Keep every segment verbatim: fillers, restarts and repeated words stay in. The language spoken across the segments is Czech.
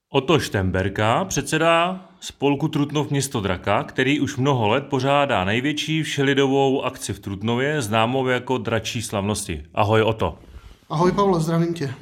Otto Štemberka, předseda spolku Trutnov město Draka, který už mnoho let pořádá největší všelidovou akci v Trutnově, známou jako Dračí slavnosti. Ahoj Otto. Ahoj Pavle, zdravím tě.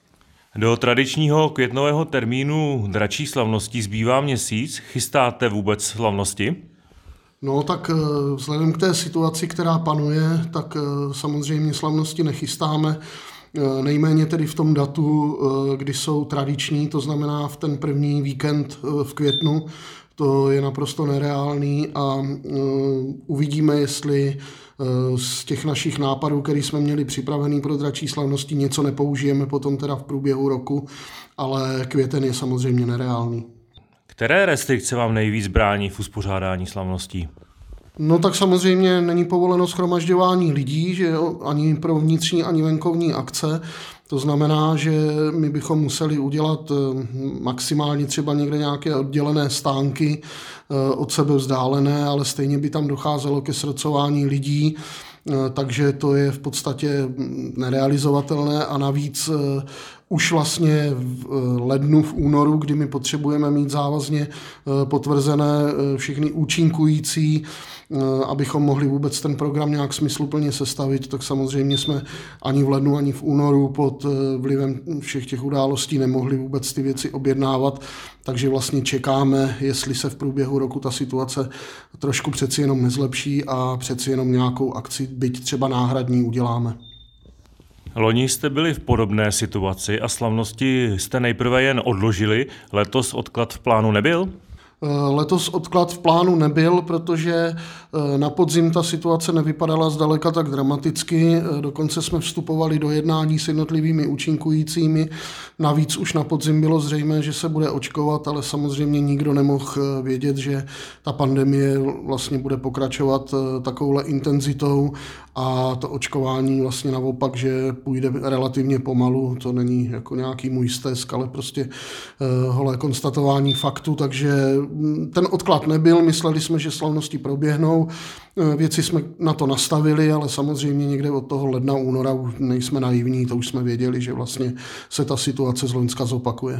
Do tradičního květnového termínu Dračí slavností zbývá měsíc. Chystáte vůbec slavnosti? No tak vzhledem k té situaci, která panuje, tak samozřejmě slavnosti nechystáme. Nejméně tedy v tom datu, kdy jsou tradiční, to znamená v ten první víkend v květnu. To je naprosto nereálný a uvidíme, jestli z těch našich nápadů, který jsme měli připravený pro Dračí slavnosti, něco nepoužijeme potom teda v průběhu roku, ale květen je samozřejmě nereálný. Které restrikce vám nejvíc brání v uspořádání slavností? No tak samozřejmě není povoleno shromažďování lidí, že jo, ani pro vnitřní, ani venkovní akce. To znamená, že my bychom museli udělat maximálně třeba někde nějaké oddělené stánky od sebe vzdálené, ale stejně by tam docházelo ke srocování lidí, takže to je v podstatě nerealizovatelné a navíc už vlastně v lednu, v únoru, kdy my potřebujeme mít závazně potvrzené všechny účinkující, abychom mohli vůbec ten program nějak smysluplně sestavit, tak samozřejmě jsme ani v lednu, ani v únoru pod vlivem všech těch událostí nemohli vůbec ty věci objednávat, takže vlastně čekáme, jestli se v průběhu roku ta situace trošku přeci jenom nezlepší a přeci jenom nějakou akci, byť třeba náhradní, uděláme. Loni jste byli v podobné situaci a slavnosti jste nejprve jen odložili, letos odklad v plánu nebyl? Letos odklad v plánu nebyl, protože na podzim ta situace nevypadala zdaleka tak dramaticky, dokonce jsme vstupovali do jednání s jednotlivými účinkujícími, navíc už na podzim bylo zřejmé, že se bude očkovat, ale samozřejmě nikdo nemohl vědět, že ta pandemie vlastně bude pokračovat takovouhle intenzitou a to očkování vlastně naopak, že půjde relativně pomalu, to není jako nějaký můj stesk, ale prostě holé konstatování faktu, takže ten odklad nebyl, mysleli jsme, že slavnosti proběhnou, věci jsme na to nastavili, ale samozřejmě někde od toho ledna, února už nejsme naivní, to už jsme věděli, že vlastně se ta situace z loňska zopakuje.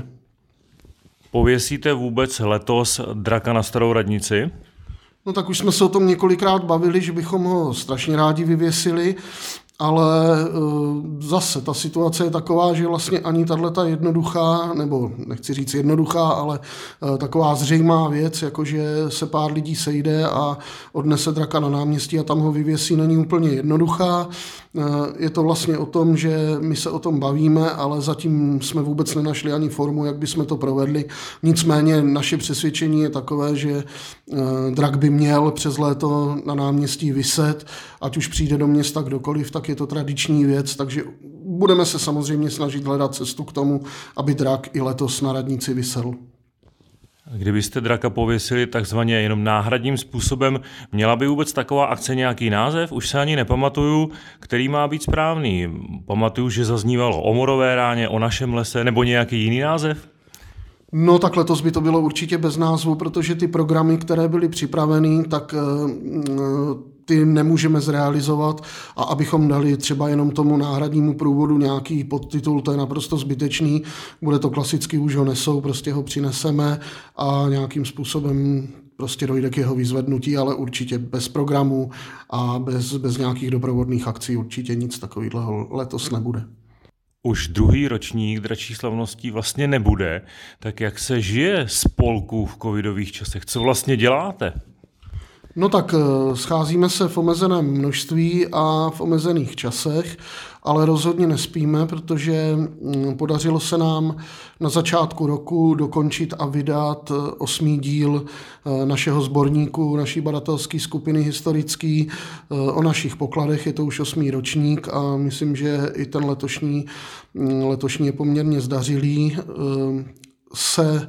Pověsíte vůbec letos draka na Starou radnici? No tak už jsme se o tom několikrát bavili, že bychom ho strašně rádi vyvěsili, ale zase ta situace je taková, že vlastně ani tato jednoduchá, nebo nechci říct jednoduchá, ale taková zřejmá věc, jakože se pár lidí sejde a odnese draka na náměstí a tam ho vyvěsí, není úplně jednoduchá. Je to vlastně o tom, že my se o tom bavíme, ale zatím jsme vůbec nenašli ani formu, jak bychom to provedli. Nicméně naše přesvědčení je takové, že drak by měl přes léto na náměstí viset, ať už přijde do města kdokoliv, tak je to tradiční věc, takže budeme se samozřejmě snažit hledat cestu k tomu, aby drak i letos na radnici visel. Kdybyste draka pověsili takzvaně jenom náhradním způsobem, měla by vůbec taková akce nějaký název? Už se ani nepamatuju, který má být správný. Pamatuju, že zaznívalo o Morové ráně, o našem lese nebo nějaký jiný název? No tak letos by to bylo určitě bez názvu, protože ty programy, které byly připraveny, tak ty nemůžeme zrealizovat a abychom dali třeba jenom tomu náhradnímu průvodu nějaký podtitul, to je naprosto zbytečný, bude to klasicky, už ho nesou, prostě ho přineseme a nějakým způsobem prostě dojde k jeho vyzvednutí, ale určitě bez programu a bez, bez nějakých doprovodných akcí určitě nic takového letos nebude. Už druhý ročník Dračí slavností vlastně nebude, tak jak se žije spolku v covidových časech? Co vlastně děláte? No tak scházíme se v omezeném množství a v omezených časech, ale rozhodně nespíme, protože podařilo se nám na začátku roku dokončit a vydat osmý díl našeho sborníku, naší badatelské skupiny historický o našich pokladech. Je to už osmý ročník a myslím, že i ten letošní, letošní je poměrně zdařilý. Se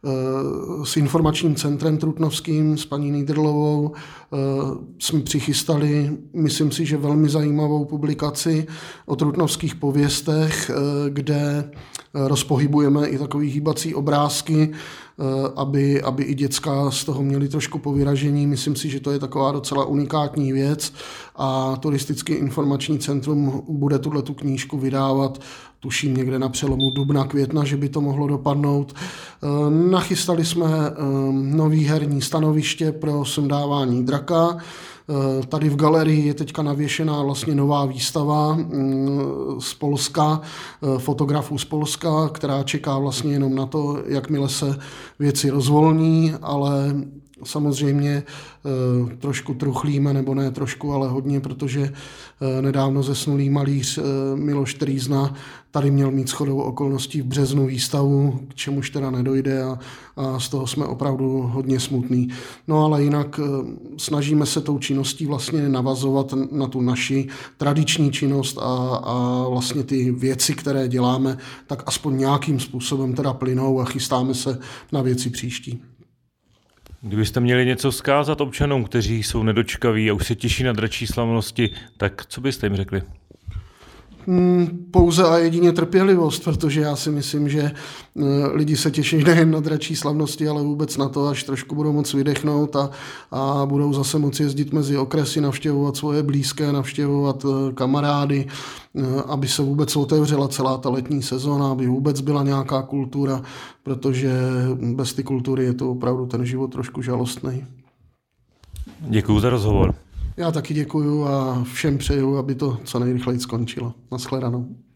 s informačním centrem trutnovským, s paní Nýdrlovou jsme přichystali, myslím si, že velmi zajímavou publikaci o trutnovských pověstech, kde rozpohybujeme i takový hýbací obrázky, aby, aby i děcka z toho měli trošku povyražení. Myslím si, že to je taková docela unikátní věc a Turistický informační centrum bude tuhletu knížku vydávat, tuším někde na přelomu dubna, května, že by to mohlo dopadnout. Nachystali jsme nový herní stanoviště pro sundávání draka. Tady v galerii je teďka navěšená vlastně nová výstava z Polska, fotografů z Polska, která čeká vlastně jenom na to, jakmile se věci rozvolní, ale samozřejmě trošku truchlíme, nebo ne trošku, ale hodně, protože nedávno zesnulý malíř Miloš Trýzna tady měl mít shodou okolností v březnu výstavu, k čemuž teda nedojde a, a z toho jsme opravdu hodně smutní. No ale jinak snažíme se tou činností vlastně navazovat na tu naši tradiční činnost a, a vlastně ty věci, které děláme, tak aspoň nějakým způsobem teda plynou a chystáme se na věci příští. Kdybyste měli něco vzkázat občanům, kteří jsou nedočkaví a už se těší na dračí slavnosti, tak co byste jim řekli? Pouze a jedině trpělivost, protože já si myslím, že lidi se těší nejen na dračí slavnosti, ale vůbec na to, až trošku budou moc vydechnout a, a budou zase moci jezdit mezi okresy, navštěvovat svoje blízké, navštěvovat kamarády, aby se vůbec otevřela celá ta letní sezóna, aby vůbec byla nějaká kultura, protože bez té kultury je to opravdu ten život trošku žalostný. Děkuju za rozhovor. Já taky děkuju a všem přeju, aby to co nejrychleji skončilo. Nashledanou.